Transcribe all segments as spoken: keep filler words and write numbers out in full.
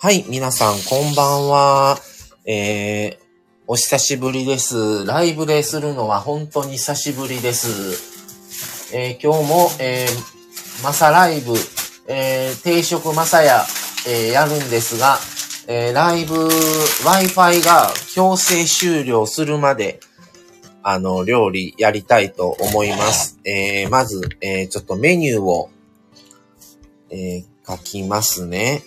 はい、皆さんこんばんは。えー、お久しぶりです。ライブでするのは本当に久しぶりです。えー、今日も、えー、マサライブ、えー、定食マサヤ、えー、やるんですが、えー、ライブ Wi-Fi が強制終了するまで、あの、料理やりたいと思います。えー、まず、えー、ちょっとメニューを、えー、書きますね。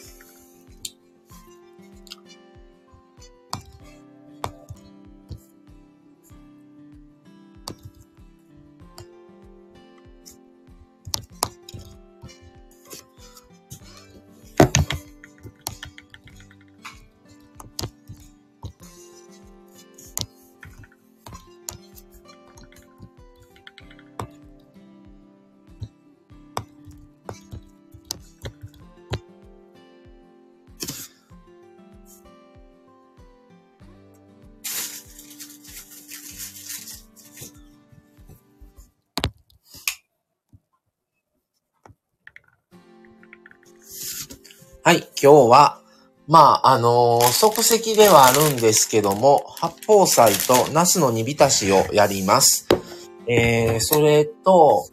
はい、今日は、まあ、あのー、即席ではあるんですけども、八宝菜と茄子の煮浸しをやります。えー、それと、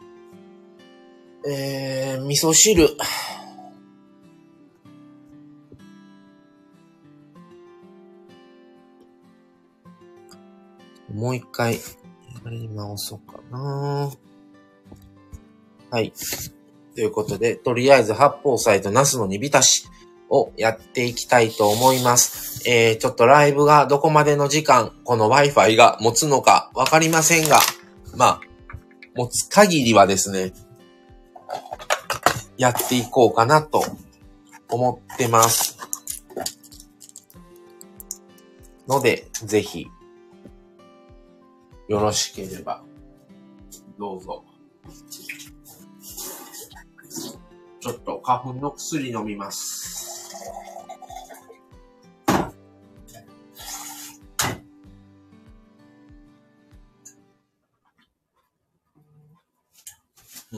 えー、味噌汁。もう一回、やり直そうかな。はい。ということで、とりあえず八宝菜と茄子の煮浸しをやっていきたいと思います。えー、ちょっとライブがどこまでの時間、この Wi-Fi が持つのかわかりませんが、まあ、持つ限りはですね、やっていこうかなと思ってます。ので、ぜひ、よろしければ、どうぞ。ちょっと花粉の薬飲みます。うん。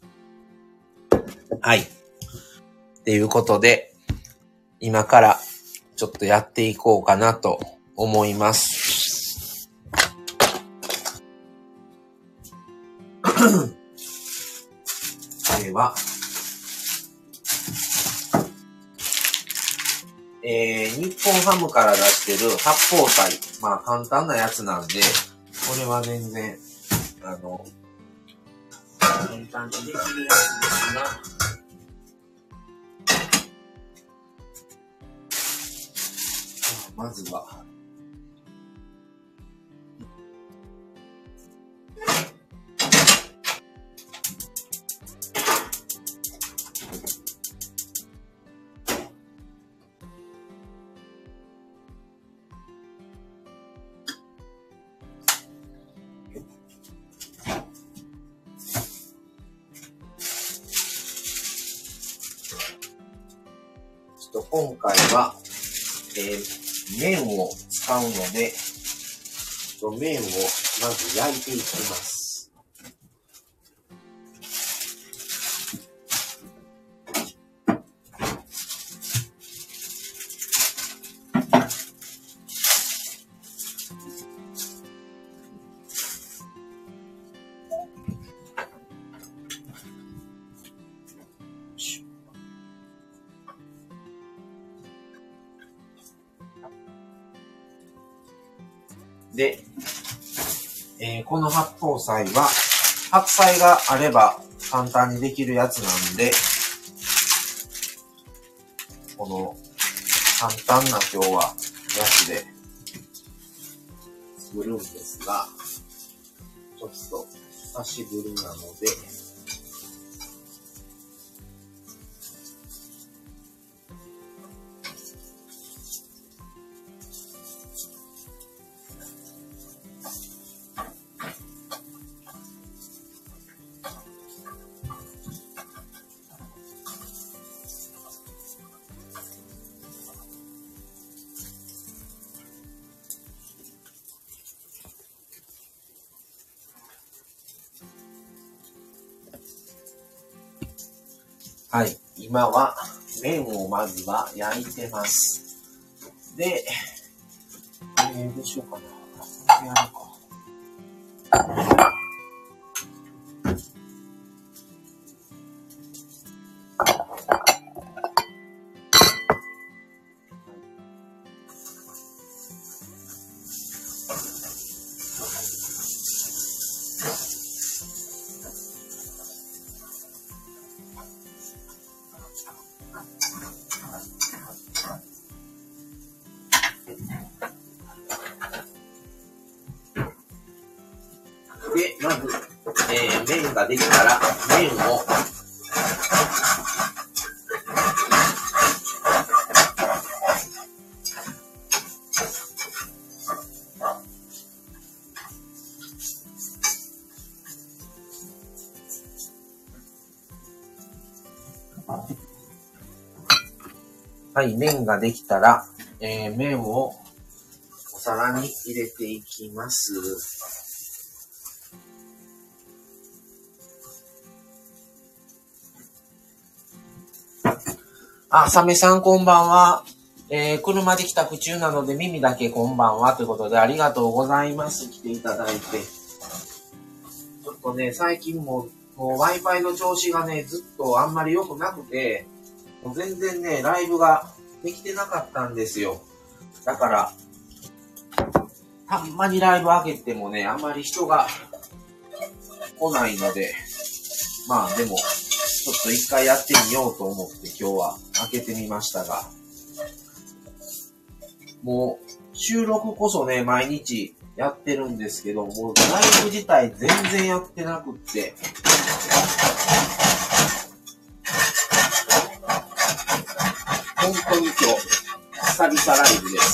はい。っていうことで、今からちょっとやっていこうかなと思います。では、えー、日本ハムから出してる八宝菜。まあ簡単なやつなんで、これは全然、あの、簡単にできるやつですが、まずは、ちょっと今回は、えー、麺を使うので、麺をまず焼いていきます。で、えー、この八宝菜は白菜があれば簡単にできるやつなんで、この簡単な今日はやつで作るんですが、ちょっと久しぶりなので、はい、今は麺をまずは焼いてます。で、えー、どうしようかな。これやるか。で、まず、えー、麺ができたら、麺を、はい、麺ができたら、えー、麺をお皿に入れていきます。あ、サメさんこんばんは。えー、車で帰宅中なので耳だけこんばんはということでありがとうございます。来ていただいて。ちょっとね、最近も、もう Wi-Fi の調子がね、ずっとあんまり良くなくて、もう全然ね、ライブができてなかったんですよ。だから、たんまにライブ開けてもね、あんまり人が来ないので、まあでも、ちょっと一回やってみようと思って今日は開けてみましたが、もう収録こそね、毎日やってるんですけど、もうライブ自体全然やってなくって、本当に今日、久々ライブです。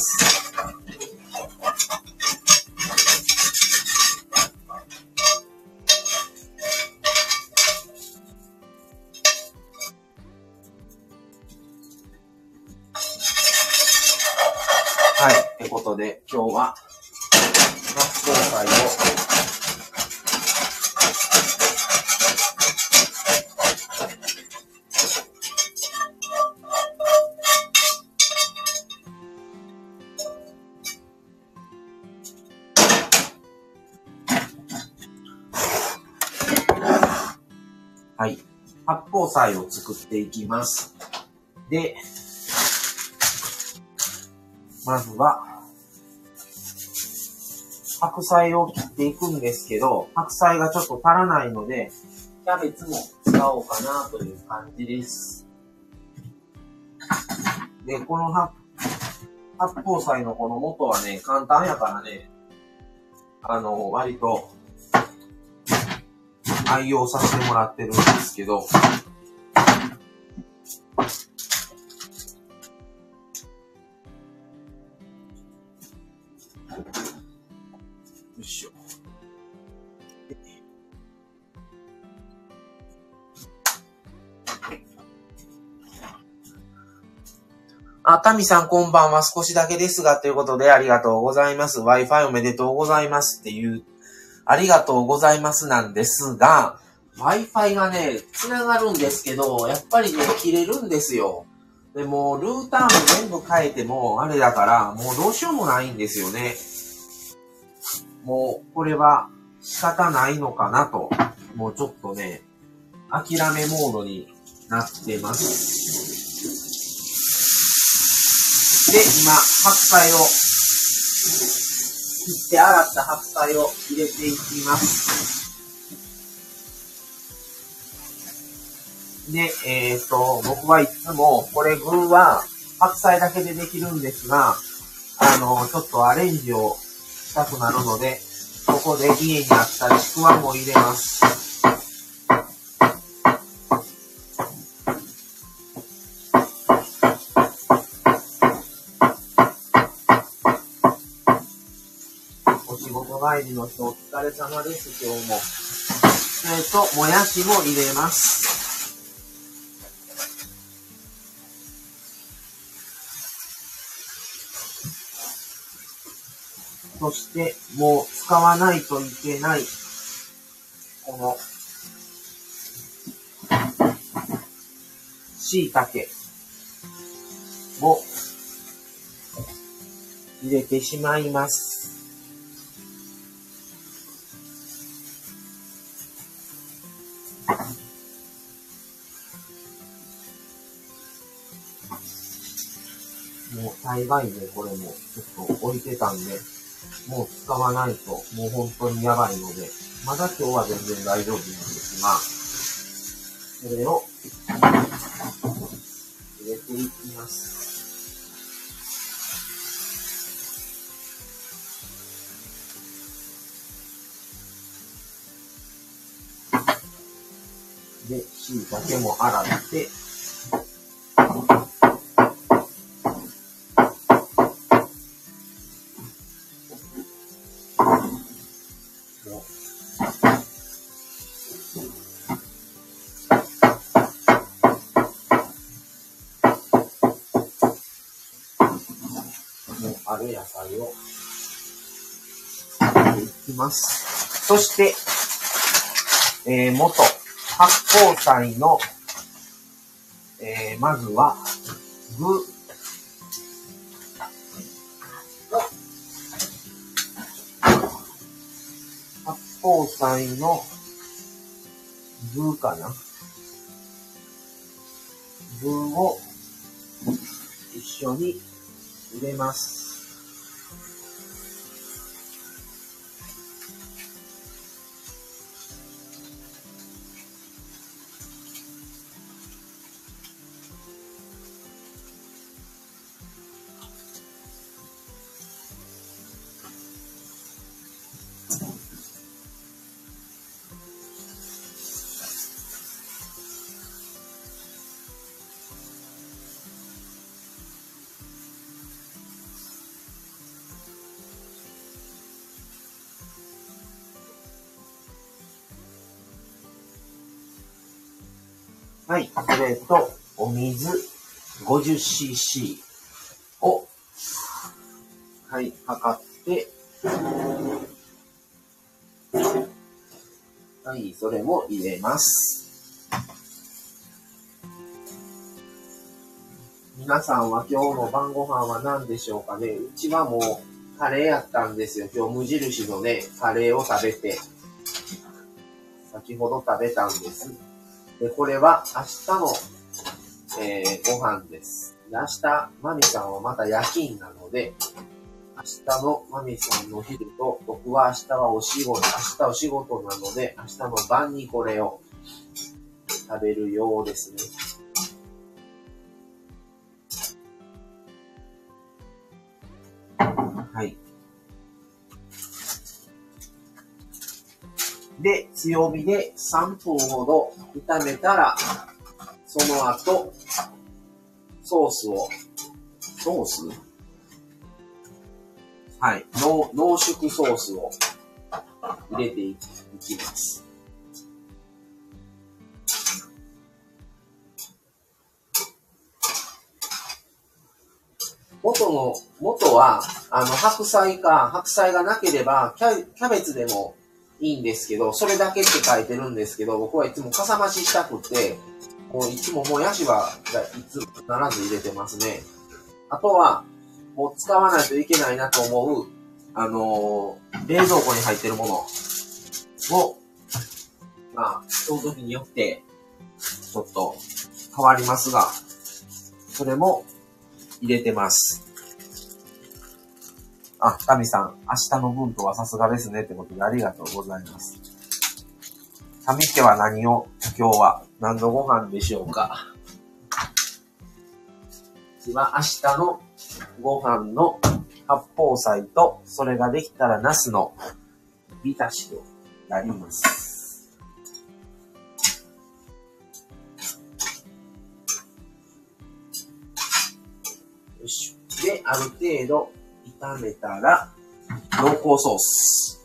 はい。ってことで、今日は、発泡祭を、はい。発泡祭を作っていきます。で、まずは、白菜を切っていくんですけど、白菜がちょっと足らないので、キャベツも使おうかなという感じです。で、この発泡菜のこの元はね、簡単やからね、あの、割と愛用させてもらってるんですけど、よいしょ。あ、タミさんこんばんは。少しだけですが、ということでありがとうございます。Wi-Fi おめでとうございますっていう、ありがとうございますなんですが、Wi-Fi がね、繋がるんですけど、やっぱりね、切れるんですよ。でも、ルーターも全部変えても、あれだから、もうどうしようもないんですよね。もう、これは仕方ないのかなと、もうちょっとね、諦めモードになってます。で、今、白菜を、切って洗った白菜を入れていきます。で、えっと、僕はいつも、これ具は白菜だけでできるんですが、あの、ちょっとアレンジをしたくなるので、ここで家にあったちくわも入れます。お仕事帰りの人お疲れ様です、今日も。えっと、もやしも入れます。そして、もう使わないといけない、この、椎茸。 を入れてしまいます。もう大概ね、これもちょっと置いてたんで、もう使わないともう本当にやばいので、まだ今日は全然大丈夫なんですが、これを入れていきます。で、椎茸も洗って、ある野菜を入れていきます。そして、えー、元発酵菜の、えー、まずは具発酵菜の具かな具を一緒に入れます。はい、それとお水 ごじゅっシーシー を、はい、測って、はい、それも入れます。皆さんは今日の晩ご飯は何でしょうかね。うちはもうカレーやったんですよ。今日無印のね、カレーを食べて、先ほど食べたんです。で、これは明日の、えー、ご飯です。で、明日、マミさんはまた夜勤なので、明日のマミさんの昼と、僕は明日はお仕事、明日お仕事なので、明日の晩にこれを食べるようですね。はい。で、強火でさんぷんほど炒めたら、その後、ソースを、ソースはい。濃、濃縮ソースを入れていきます。元の、元は、あの、白菜か、白菜がなければキャ、キャベツでもいいんですけど、それだけって書いてるんですけど、僕はいつもかさ増ししたくて、もういつももやしはいつ必ず入れてますね。あとは、もう使わないといけないなと思う、あのー、冷蔵庫に入ってるものを、まあ、その時によって、ちょっと変わりますが、それも入れてます。あ、タミさん、明日の分とはさすがですねってことでありがとうございます。タミ家は何を今日は何のご飯でしょうか。うちは明日のご飯の八宝菜と、それができたらナスの浸しとなります。よし。で、ある程度炒めたら、濃厚ソース。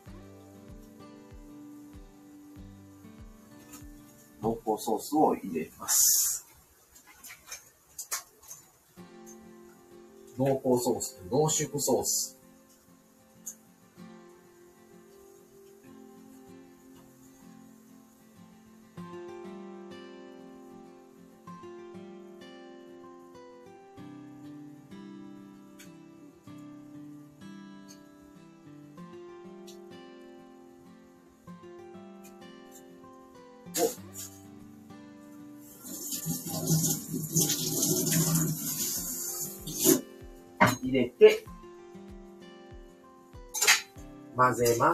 濃厚ソースを入れます。濃厚ソース、濃縮ソース。 入れて、混ぜます。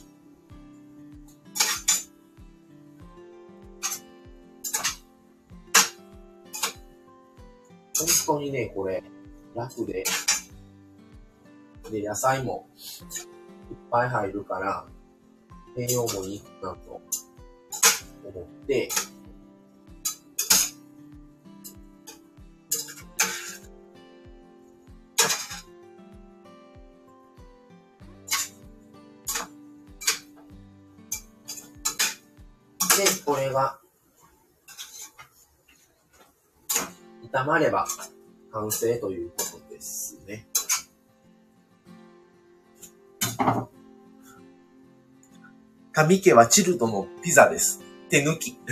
本当にね、これ、楽で、で、野菜もいっぱい入るから、栄養もいいなと思って、で、これが、炒まれば完成ということですね。上家はチルドのピザです。手抜き。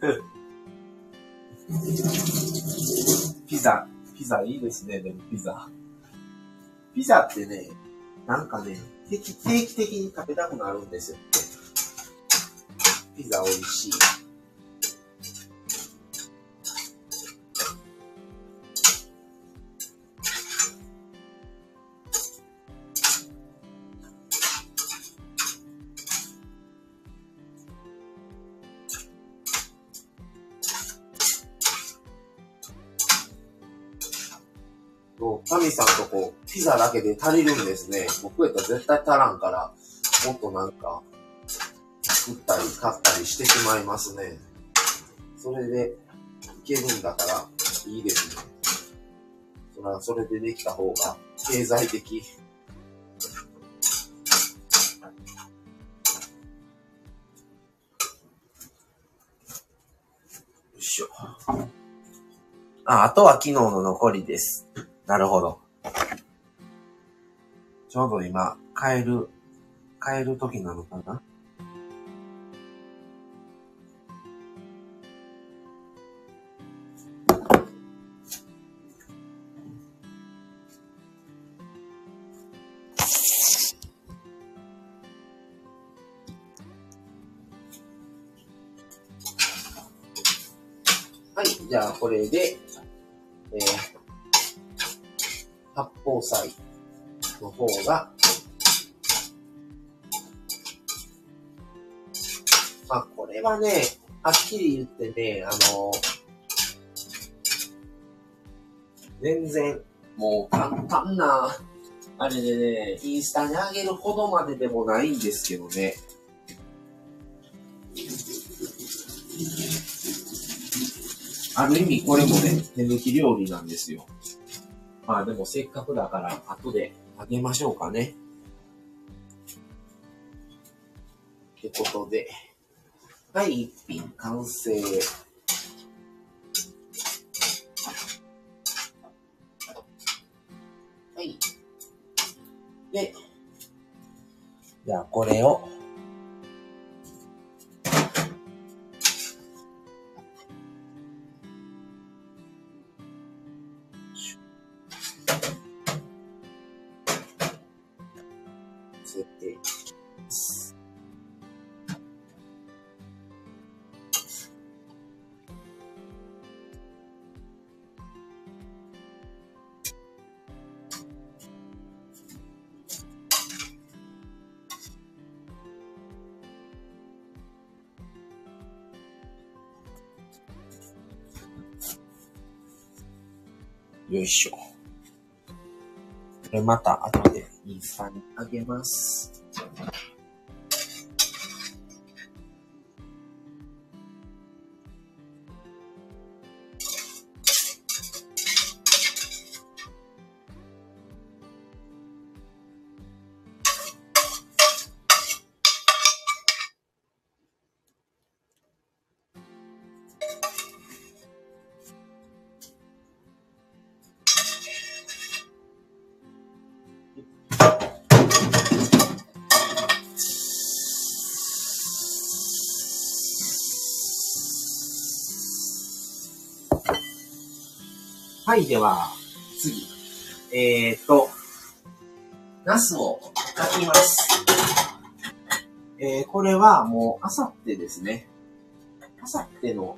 ピザ、ピザいいですね、でもピザ。ピザってね、なんかね、定期定期的に食べたくなるんですよ。ピザ美味しい。神さんとこピザだけで足りるんですね。僕やったら絶対足らんから、もっとなんか、作ったり買ったりしてしまいますね。それでいけるんだからいいですね。それはそれでできた方が経済的。よいしょ。あ、あとは昨日の残りです。なるほど。ちょうど今、帰る、帰る時なのかな？はい、じゃあこれで、えー、八宝菜の方が、まあこれはね、はっきり言ってね、あの、全然もう簡単な、あれでね、インスタに上げるほどまででもないんですけどね。ある意味これもね、手抜き料理なんですよ。まあでもせっかくだから後であげましょうかね。ってことで、はい、一品完成。はい。で、じゃあこれを、設定します。よいしょ。これまた後でインスタにあげます。はい、では、次。えーと、ナスを炊きます。えー、これはもう、あさってですね。 あさっての、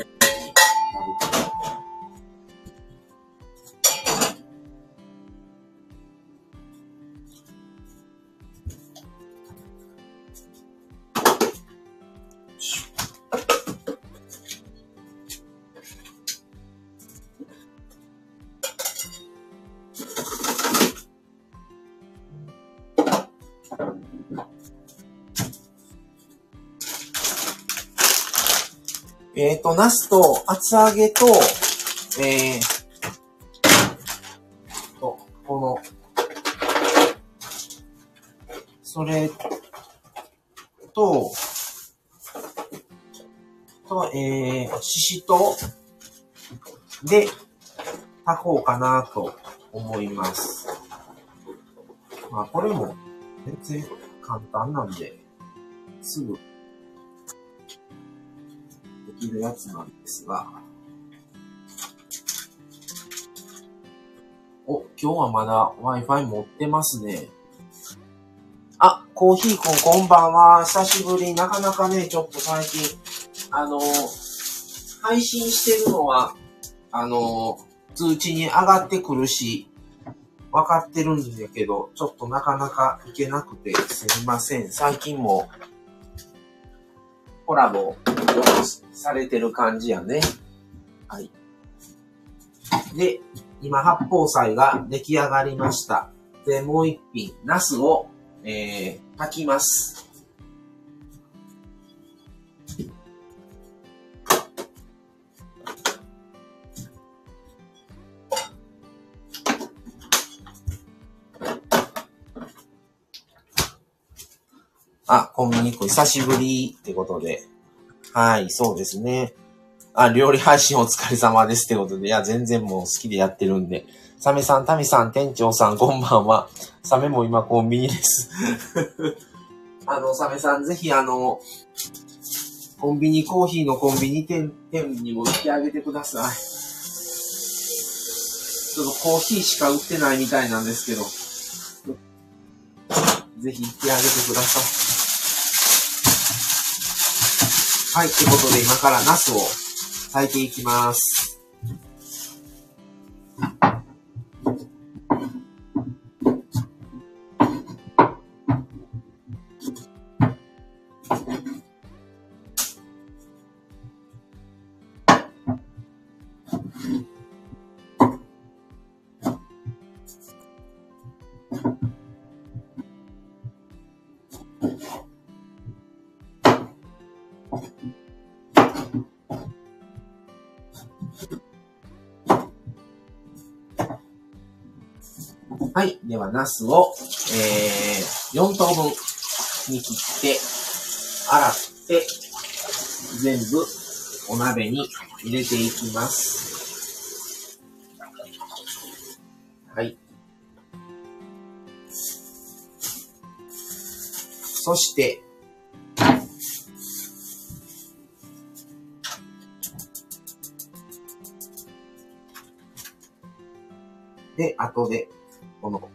えっと、ナスと厚揚げと、えー、と、この、それと、と、えー、ししとうで炊こうかなと思います。まあ、これも全然簡単なんで、すぐできるやつなんですが。お、今日はまだ Wi-Fi 持ってますね。あ、コーヒーくんこんばんは。久しぶり。なかなかね、ちょっと最近、あの、配信してるのは、あの、通知に上がってくるし、わかってるんだけど、ちょっとなかなかいけなくてすみません。最近も、コラボよくされてる感じやね。はい。で、今、八宝菜が出来上がりました。で、もう一品、ナスを、えー、炊きます。あ、コンビニ行く久しぶりってことで。はい、そうですね。あ、料理配信お疲れ様ですってことで。いや、全然もう好きでやってるんで。サメさん、タミさん、店長さん、こんばんは。サメも今コンビニです。あの、サメさん、ぜひあの、コンビニコーヒーのコンビニ店、店にも行ってあげてください。ちょっとコーヒーしか売ってないみたいなんですけど。ぜひ行ってあげてください。はい、ということで今からナスを炊いていきます。はい。では、ナスを、えー、よん等分に切って、洗って、全部お鍋に入れていきます。はい。そして、で、後で、この、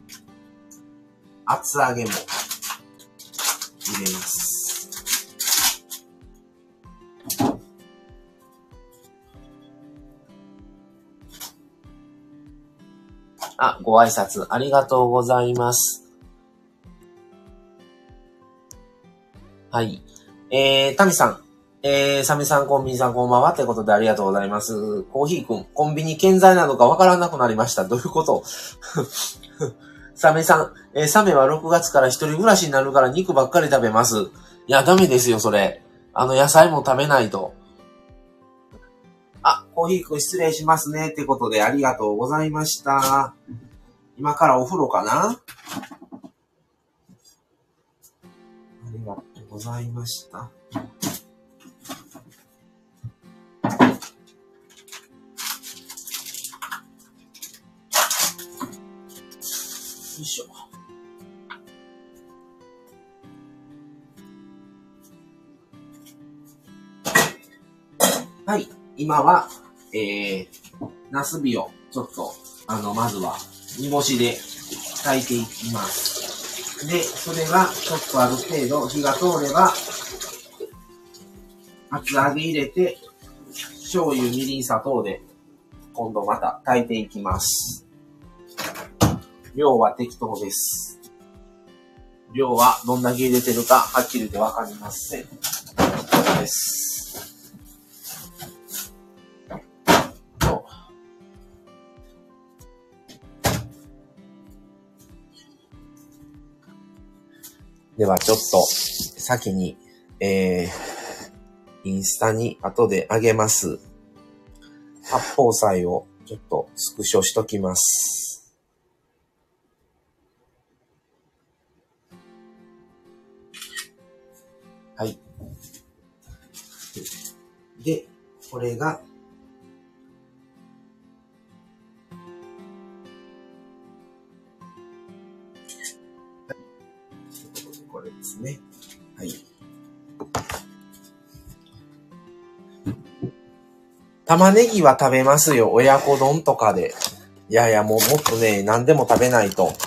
厚揚げも入れます。あ、ご挨拶ありがとうございます。はい。えー、タミさん、えー、サメさん、コンビニさん、こんばんは。ということでありがとうございます。コーヒーくん、コンビニ健在なのかわからなくなりました。どういうことサメさん、えー、サメはろくがつから一人暮らしになるから肉ばっかり食べます。いや、ダメですよ、それ。あの、野菜も食べないと。あ、コーヒーくん失礼しますね。ってことでありがとうございました。今からお風呂かな？ありがとうございました。よいしょ。はい。今は、えー、ナスビをちょっと、あの、まずは、煮干しで炊いていきます。で、それがちょっとある程度火が通れば、 厚揚げ入れて、醤油、みりん、砂糖で、今度また炊いていきます。量は適当です。量はどんだけ入れてるか、はっきり言ってわかりません。です。ではちょっと、先に、えー、インスタに後であげます。八宝菜をちょっとスクショしときます。はい。で、これが、これですね。はい。玉ねぎは食べますよ。親子丼とかで。いやいや、もうもっとね、何でも食べないと。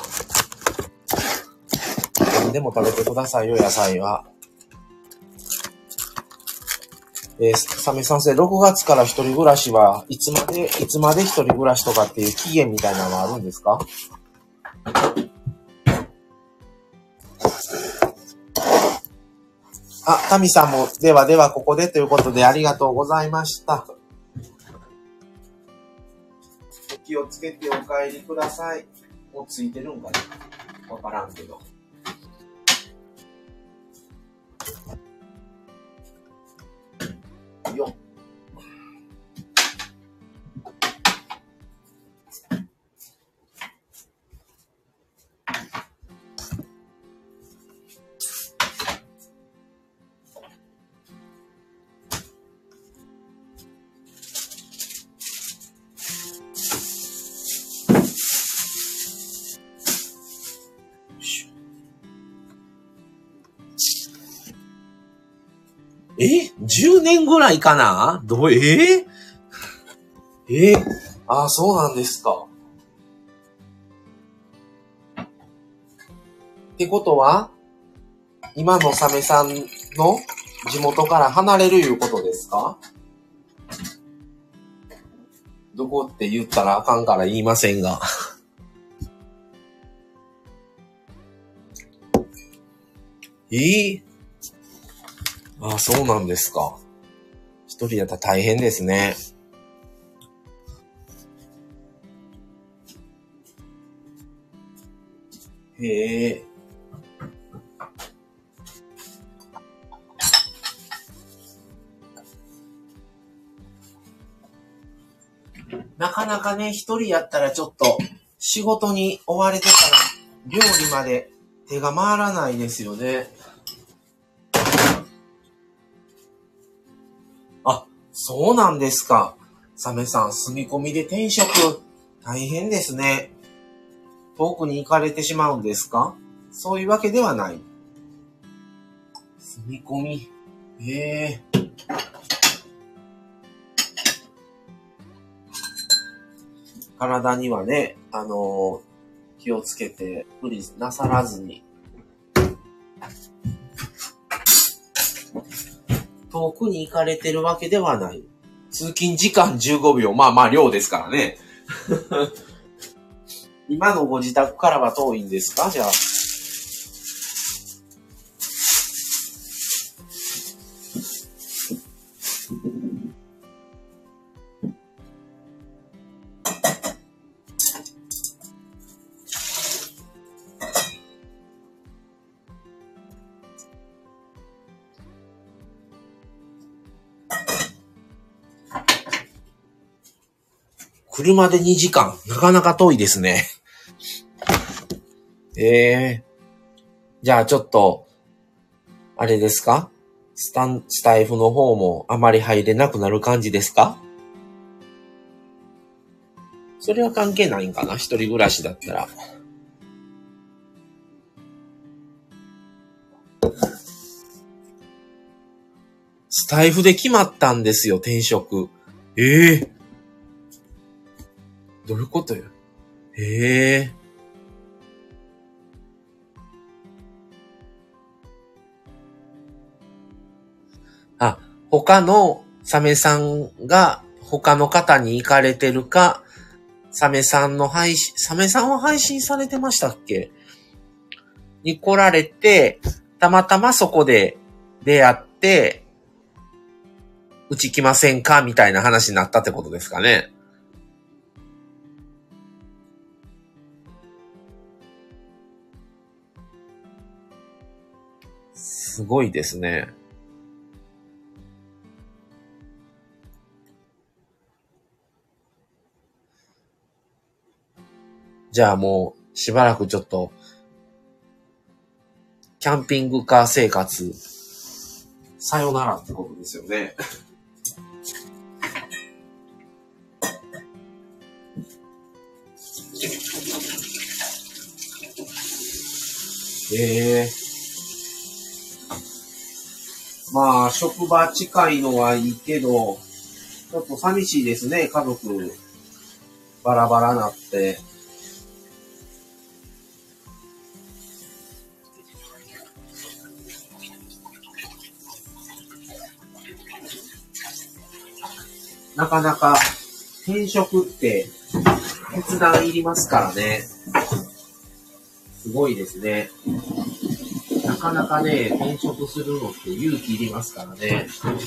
何でも食べてくださいよ、野菜は。えー、サメ先生、ろくがつから一人暮らしはいつまで、いつまで一人暮らしとかっていう期限みたいなのはあるんですか？あ、タミさんも、ではではここでということでありがとうございました。お気をつけてお帰りください。もうついてるんかな？わからんけど。よっ。え ?じゅう 年ぐらいかな？どう、えー、えー、ああ、そうなんですか。ってことは、今のサメさんの地元から離れるいうことですか？どこって言ったらあかんから言いませんが。えー、ああ、そうなんですか。一人だったら大変ですね。へえ。なかなかね、一人やったらちょっと仕事に追われてたら料理まで手が回らないですよね。あ、そうなんですか。サメさん、住み込みで転職、大変ですね。遠くに行かれてしまうんですか？そういうわけではない。住み込み。へえ。体にはね、あのー、気をつけて無理なさらずに。遠くに行かれてるわけではない。通勤時間じゅうごびょう。まあまあ量ですからね。今のご自宅からは遠いんですか？じゃあ。車でにじかん。なかなか遠いですね。ええー。じゃあちょっと、あれですか？スタン、スタイフの方もあまり入れなくなる感じですか？それは関係ないんかな？一人暮らしだったら。スタイフで決まったんですよ、転職。ええー。どういうことよ。ええー。あ、 他のサメさんが他の方に行かれてるか、サメさんの配信、サメさんは配信されてましたっけに来られて、たまたまそこで出会って、うち来ませんかみたいな話になったってことですかね。すごいですね。じゃあもうしばらくちょっとキャンピングカー生活さよならってことですよね。ええー、まあ職場近いのはいいけど、ちょっと寂しいですね。家族バラバラなって。なかなか転職って決断いりますからね。すごいですね。なかなかね、転職するのって勇気いりますからね。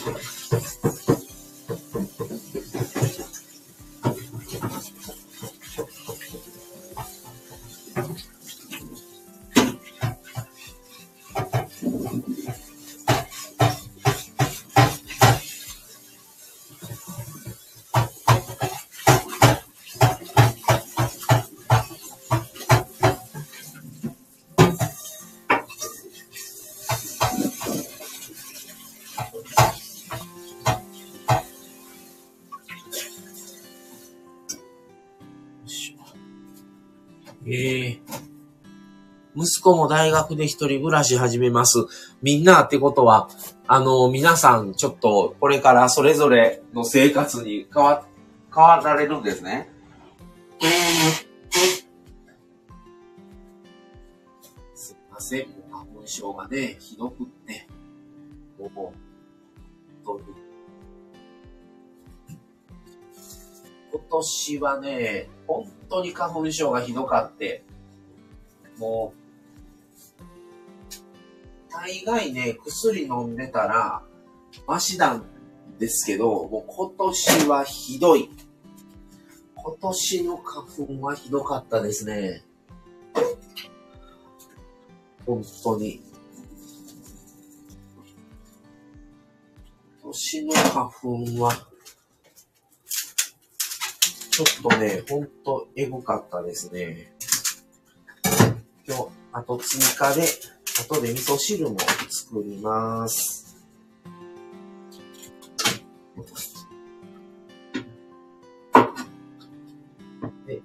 ええー、息子も大学で一人暮らし始めます。みんなってことは、あの、皆さんちょっとこれからそれぞれの生活に変わ、変わられるんですね。すいません。花粉症がね、ひどくって。もう、本当に。今年はね、本当に花粉症がひどかって、もう、大概ね、薬飲んでたら、マシなんですけど、もう今年はひどい。今年の花粉はひどかったですね。本当に。今年の花粉は、ちょっとね、ほんとエグかったですね。今日、あと追加で、後で味噌汁も作ります。で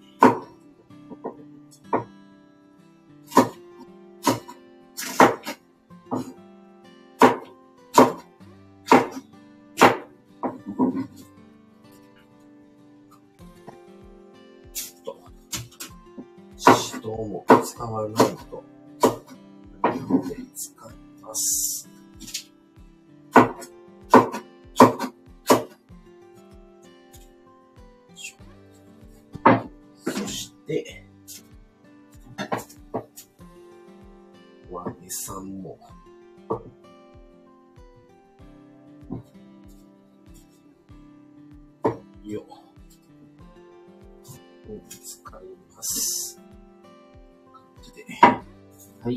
しとも使わないと。で使います。そして、ワネさんも。よ。使います。で、はい。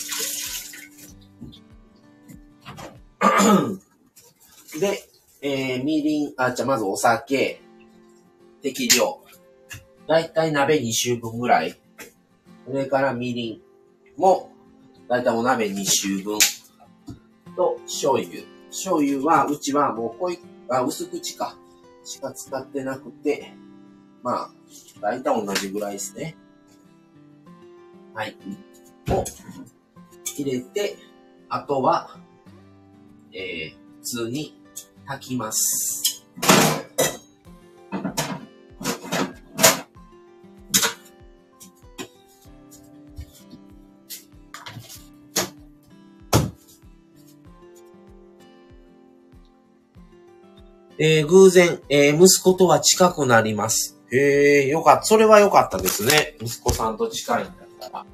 で、えー、みりん、あ、じゃあまずお酒、適量。だいたい鍋に周分ぐらい。それからみりんも、だいたいお鍋に周分。と、醤油。醤油は、うちはもう濃い、あ、薄口か。しか使ってなくて、まあ、だいたい同じぐらいですね。はい。を入れて、あとは、えー、普通に炊きます。 えー、偶然、えー、息子とは近くなります。へえ、よかった。それはよかったですね。息子さんと近いんだったら。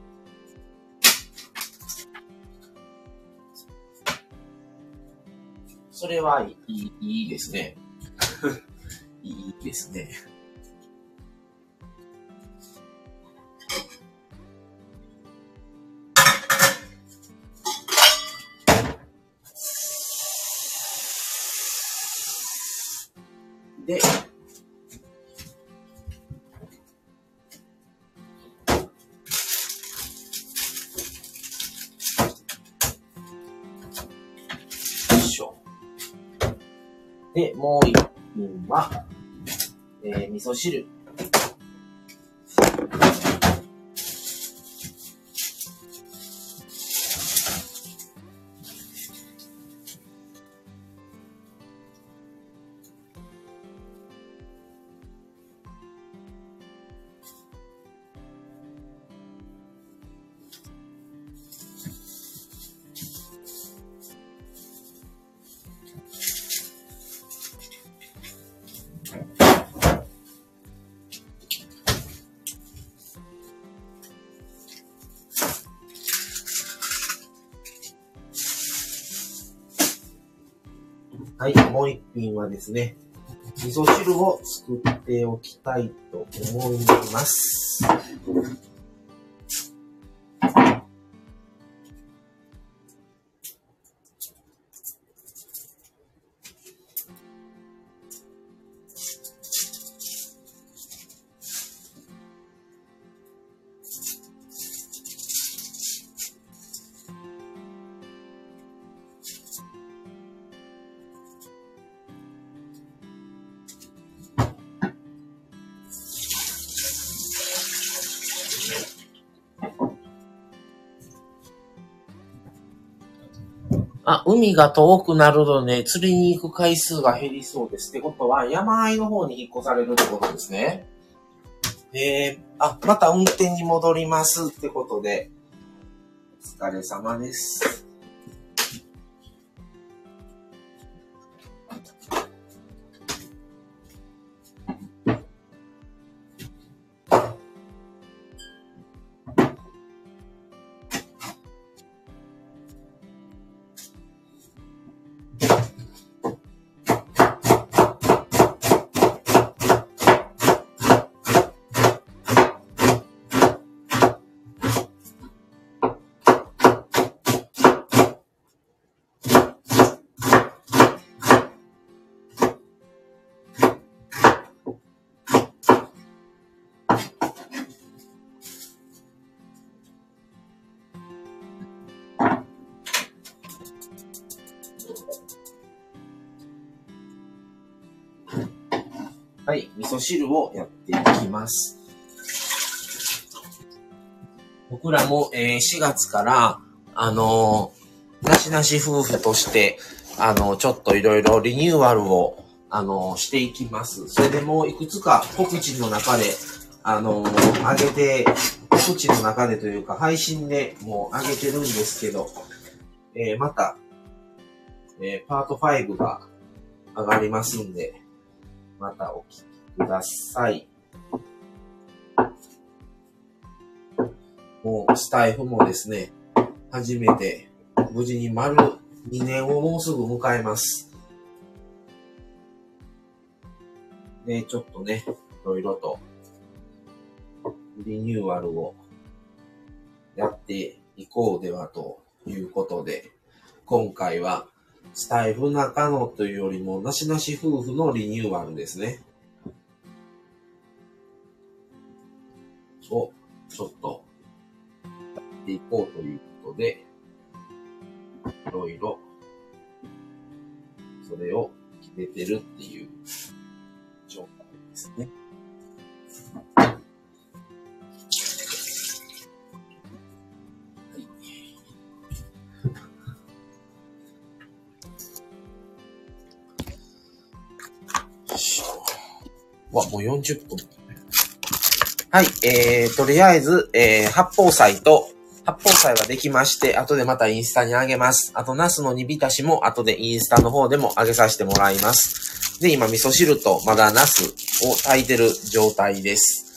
それはいい、いいですね。いいですね。で、で、もう一品は、えー、味噌汁。はい、もう一品はですね、味噌汁を作っておきたいと思います。あ、海が遠くなるので、釣りに行く回数が減りそうです。ってことは、山あいの方に引っ越されるってことですね。えー、あ、また運転に戻りますってことで、お疲れ様です。はい、味噌汁をやっていきます。僕らも、えー、しがつから、あのー、なしなし夫婦として、あのー、ちょっといろいろリニューアルを、あのー、していきます。それでもういくつか告知の中で、あのー、上げて、告知の中でというか、配信でもう上げてるんですけど、えー、また、えー、パートファイブが上がりますんで、またお聞きください。もうスタイフもですね、初めて無事に丸にねんをもうすぐ迎えます。で、ちょっとね、いろいろとリニューアルをやっていこうではということで、今回はスタイフ中野というよりもなしなし夫婦のリニューアルですね。をちょっとやっていこうということで、いろいろそれを決めてるっていう状態ですね。わ、もうよんじゅっぷん。はい、えー、とりあえず、えー、八宝菜と、八宝菜はできまして、後でまたインスタに上げます。あと、ナスの煮浸しも後でインスタの方でも上げさせてもらいます。 で、今味噌汁とまだナスを炊いてる状態です。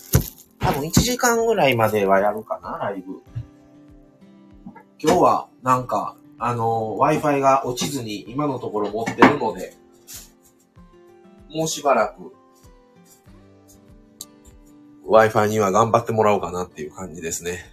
多分いちじかんぐらいまではやるかな、ライブ。今日はなんか、あの、Wi-Fi が落ちずに今のところ持ってるので、もうしばらく Wi-Fi には頑張ってもらおうかなっていう感じですね。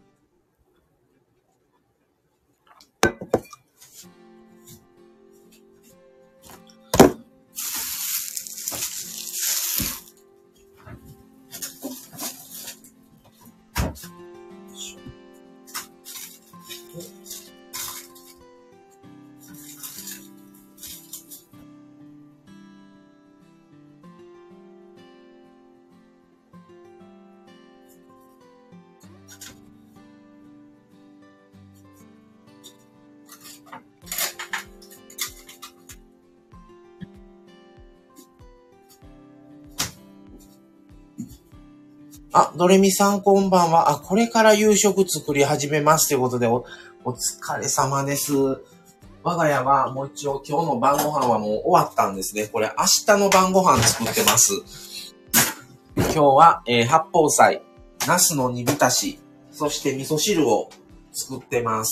あ、ドレミさんこんばんは。あ、これから夕食作り始めますということで、お、お疲れ様です。我が家はもう一応今日の晩ご飯はもう終わったんですね。これ明日の晩ご飯作ってます。今日は、えー、八宝菜、ナスの煮浸し、そして味噌汁を作ってます。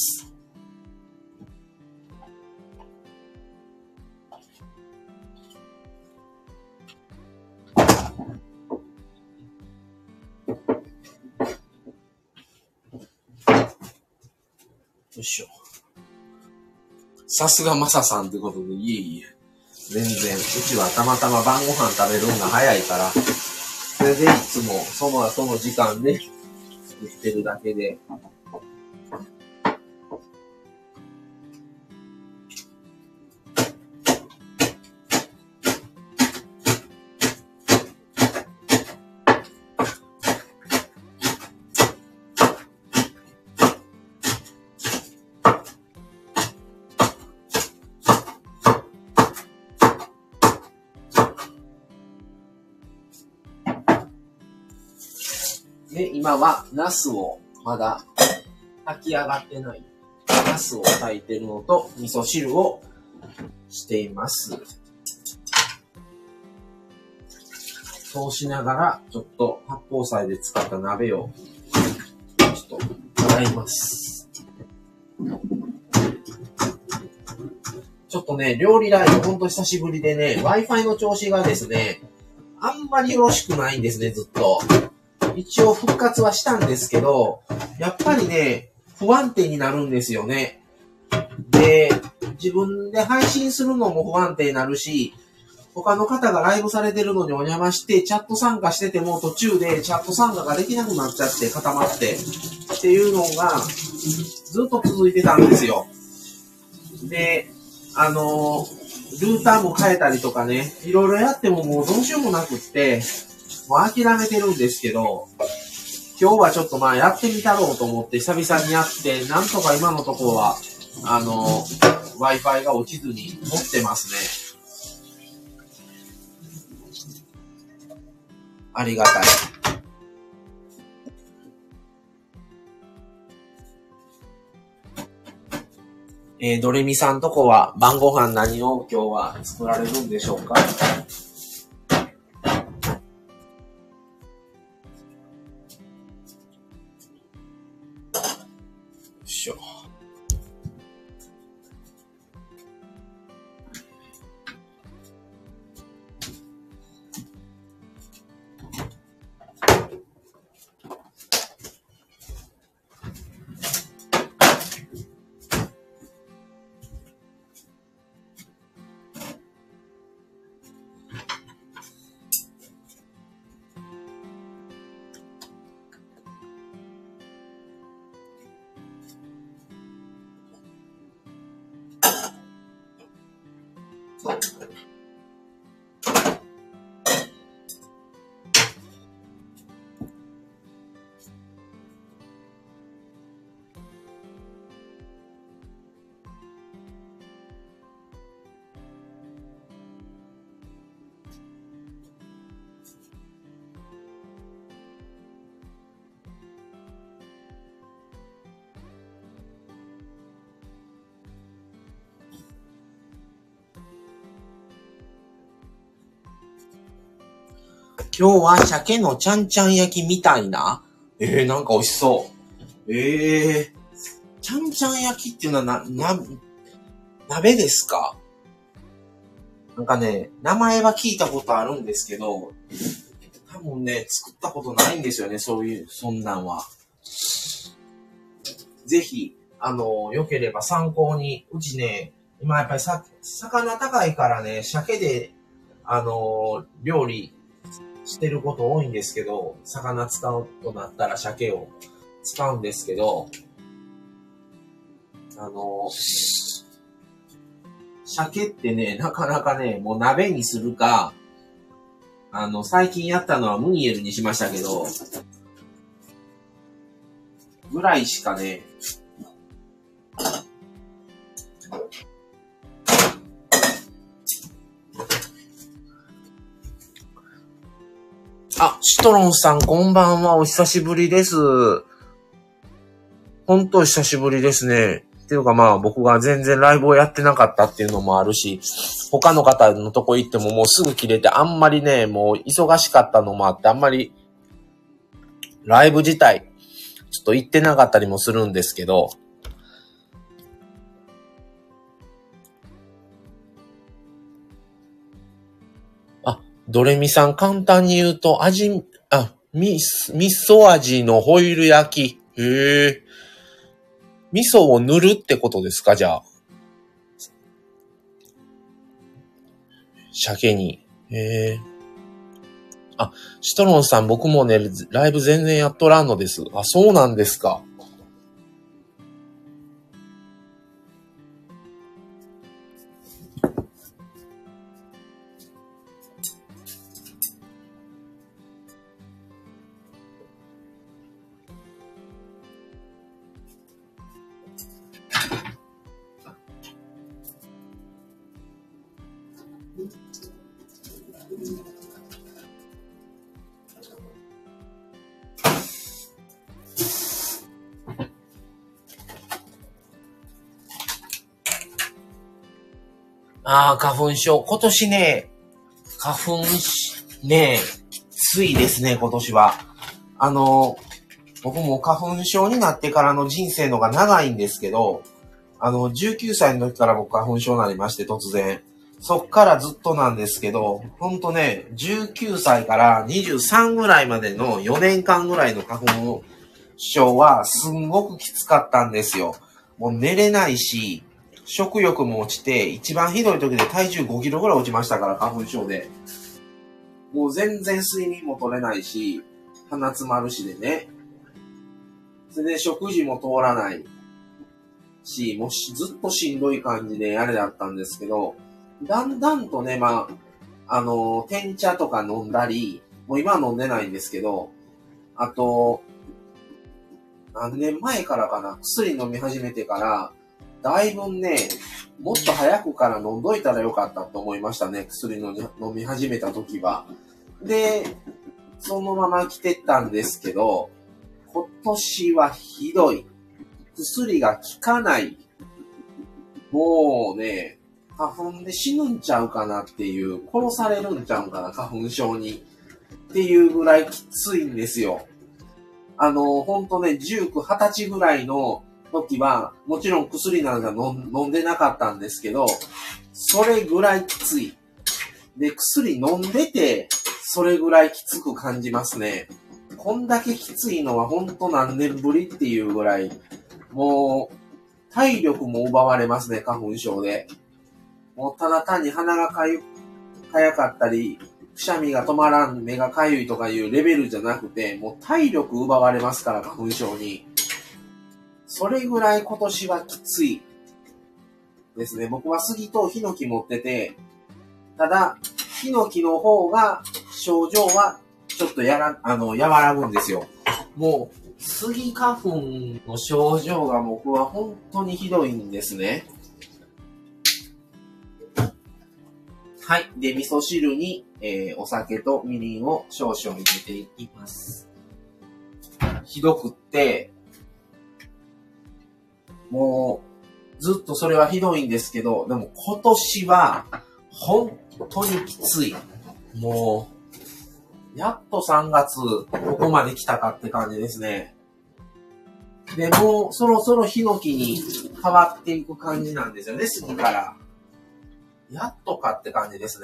よいしょ。さすがマサさんってことで、いえいえ。全然、うちはたまたま晩ご飯食べるのが早いから、それでいつもそのその時間で作ってるだけで。で、今は、ナスを、まだ、炊き上がってない。ナスを炊いてるのと、味噌汁をしています。そうしながら、ちょっと、八宝菜で使った鍋を、ちょっと、洗います。ちょっとね、料理ライブほんと久しぶりでね、Wi-Fi の調子がですね、あんまりよろしくないんですね、ずっと。一応復活はしたんですけど、やっぱりね、不安定になるんですよね。で、自分で配信するのも不安定になるし、他の方がライブされてるのにお邪魔して、チャット参加してても途中でチャット参加ができなくなっちゃって固まって、っていうのがずっと続いてたんですよ。で、あの、ルーターも変えたりとかね、いろいろやってももうどうしようもなくって、もう諦めてるんですけど、今日はちょっとまあやってみたろうと思って久々にやって、なんとか今のところは、あの、Wi-Fi が落ちずに持ってますね。ありがたい。えー、ドレミさんとこは晩ご飯何を今日は作られるんでしょうか？よいしょ。 今日は鮭のちゃんちゃん焼きみたいな。えー、なんか美味しそう。えー、ちゃんちゃん焼きっていうのはな、な、鍋ですか？なんかね、名前は聞いたことあるんですけど、多分ね、作ったことないんですよね、そういう、そんなんは。ぜひ、あの、良ければ参考に、うちね、今やっぱりさ、魚高いからね、鮭で、あの、料理してること多いんですけど、魚使うとなったら鮭を使うんですけど、あの、鮭ってね、なかなかね、もう鍋にするか、あの、最近やったのはムニエルにしましたけど、ぐらいしかね、あ、シトロンさんこんばんは、お久しぶりです。ほんと久しぶりですね。っていうかまあ僕が全然ライブをやってなかったっていうのもあるし、他の方のとこ行ってももうすぐ切れてあんまりね、もう忙しかったのもあってあんまりライブ自体ちょっと行ってなかったりもするんですけど、あ、ドレミさん簡単に言うと味、あ、み、味噌味のホイル焼き。へえ。味噌を塗るってことですか、じゃあ。鮭に。へえ。あ、シトロンさん僕もね、ライブ全然やっとらんのです。あ、そうなんですか。ああ、花粉症。今年ね、花粉し、ね、きついですね、今年は。あの、僕も花粉症になってからの人生のが長いんですけど、あの、じゅうきゅうさいの時から僕花粉症になりまして、突然。そっからずっとなんですけど、ほんとね、じゅうきゅうさいからにじゅうさんぐらいまでのよねんかんぐらいの花粉症はすんごくきつかったんですよ。もう寝れないし、食欲も落ちて、一番ひどい時で体重ごキロぐらい落ちましたから、花粉症で。もう全然睡眠も取れないし、鼻詰まるしでね。それで食事も通らないし、もうずっとしんどい感じであれだったんですけど、だんだんとね、まあ、あの、天茶とか飲んだり、もう今は飲んでないんですけど、あと、何年前からかな、薬飲み始めてから、だいぶね、もっと早くから飲んどいたらよかったと思いましたね、薬の飲み始めた時は。で、そのまま来てたんですけど、今年はひどい。薬が効かない。もうね、花粉で死ぬんちゃうかなっていう、殺されるんちゃうかな、花粉症に。っていうぐらいきついんですよ。あの、ほんとね、じゅうきゅう、はたちぐらいの時は、もちろん薬なんか飲んでなかったんですけど、それぐらいきつい。で、薬飲んでて、それぐらいきつく感じますね。こんだけきついのはほんと何年ぶりっていうぐらい、もう、体力も奪われますね、花粉症で。もうただ単に鼻がかゆ、かやかったり、くしゃみが止まらん、目がかゆいとかいうレベルじゃなくて、もう体力奪われますから、花粉症に。それぐらい今年はきついですね。僕は杉とヒノキ持ってて、ただ、ヒノキの方が症状はちょっとやら、あの、和らぐんですよ。もう、スギ花粉の症状が僕は本当にひどいんですね。はい。で、味噌汁に、えー、お酒とみりんを少々入れていきます。ひどくって、もう、ずっとそれはひどいんですけど、でも今年は、本当にきつい。もやっとさんがつ、ここまで来たかって感じですね。で、もうそろそろヒノキに変わっていく感じなんですよね、杉から。やっとかって感じですね。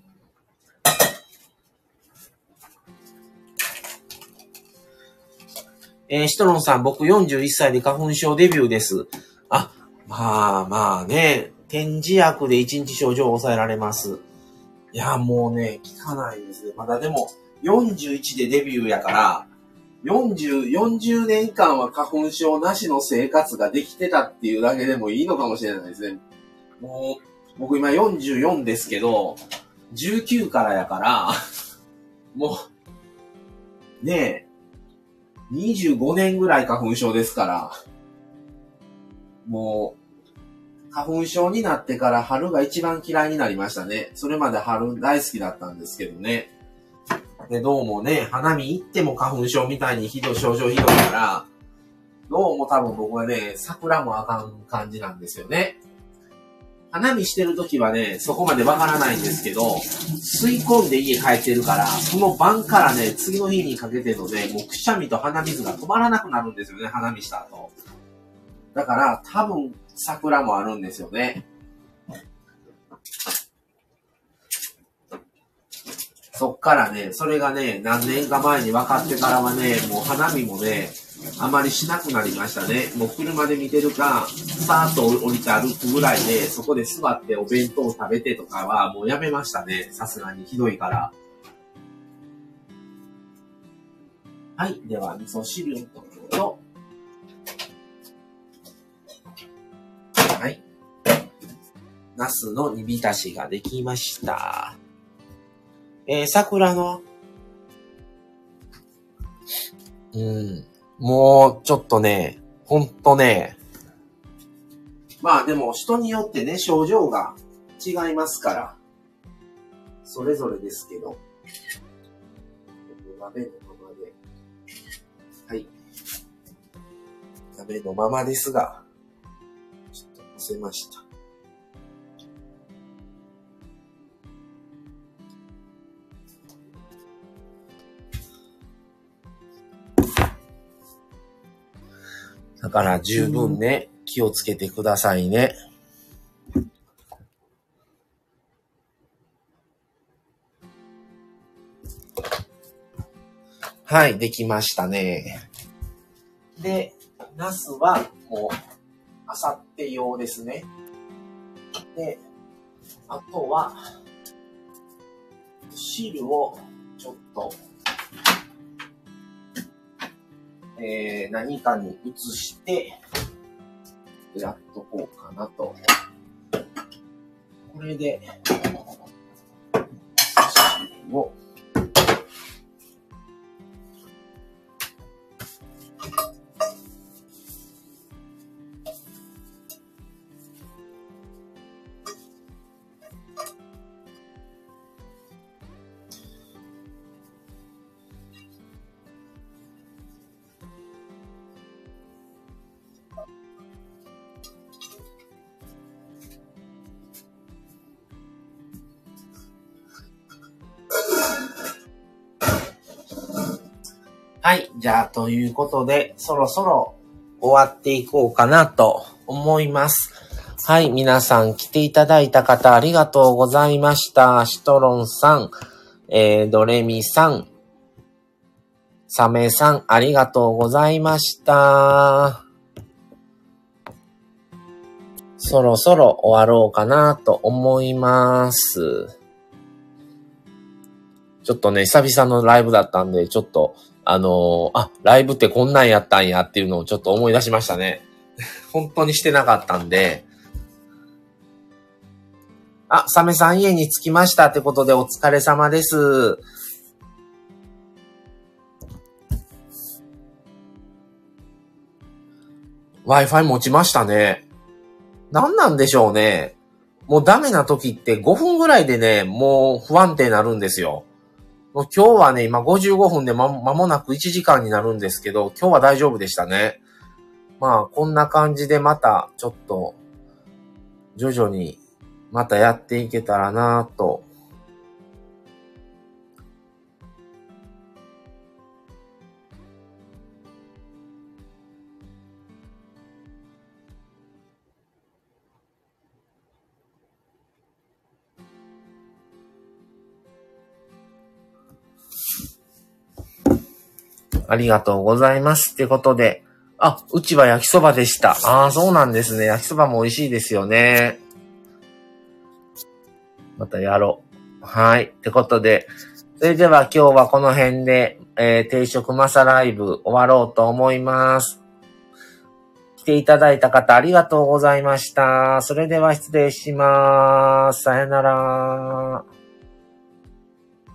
えー、シトロンさん、僕よんじゅういっさいで花粉症デビューです。あ、まあまあね、点耳薬でいちにち症状を抑えられます。いや、もうね、効かないですね。まだでも、よんじゅういちでデビューやから、よんじゅう、よんじゅうねんかんは花粉症なしの生活ができてたっていうだけでもいいのかもしれないですね。もう、僕今よんじゅうよんですけど、じゅうきゅうからやから、もう、ねえ、にじゅうごねんぐらい花粉症ですから、もう、花粉症になってから春が一番嫌いになりましたね。それまで春大好きだったんですけどね。で、どうもね、花見行っても花粉症みたいにひどい症状ひどいから、どうも多分僕はね、桜もあかん感じなんですよね。花見してるときはね、そこまでわからないんですけど、吸い込んで家帰ってるから、その晩からね、次の日にかけてのね、もうくしゃみと鼻水が止まらなくなるんですよね、花見した後。だから、多分、桜もあるんですよね。そっからね、それがね、何年か前に分かってからはね、もう花見もね、あまりしなくなりましたね。もう車で見てるか、さーっと降りて歩くぐらいで、そこで座ってお弁当を食べてとかはもうやめましたね。さすがにひどいから。はい。では、味噌汁と、はい。茄子の煮浸しができました。えー、桜の、うん、もうちょっとね、ほんとね、まあでも人によってね、症状が違いますから、それぞれですけど、鍋のままで、はい。鍋のままですが、ちょっと乗せました。だから十分ね、気をつけてくださいね。はい、できましたね。で、ナスはもう、あさって用ですね。で、あとは、汁をちょっと、えー、何かに移して、やっとこうかなと。これで、汁を、はい。じゃあ、ということで、そろそろ終わっていこうかなと思います。はい。皆さん来ていただいた方ありがとうございました。シトロンさん、えー、ドレミさん、サメさん、ありがとうございました。そろそろ終わろうかなと思います。ちょっとね、久々のライブだったんで、ちょっと、あのー、あ、ライブってこんなんやったんやっていうのをちょっと思い出しましたね。本当にしてなかったんで。あ、サメさん家に着きましたってことでお疲れ様です。Wi-Fi 持ちましたね。何なんでしょうね。もうダメな時ってごふんぐらいでね、もう不安定になるんですよ。もう今日はね、今ごじゅうごふんでま、間もなくいちじかんになるんですけど、今日は大丈夫でしたね。まあ、こんな感じでまた、ちょっと、徐々に、またやっていけたらなぁと、 ありがとうございます。ってことで、あ、うちは焼きそばでした。ああ、そうなんですね。焼きそばも美味しいですよね。またやろう。はい。ってことで、それでは今日はこの辺で、えー、定食マサライブ終わろうと思います。来ていただいた方ありがとうございました。それでは失礼します。さよなら。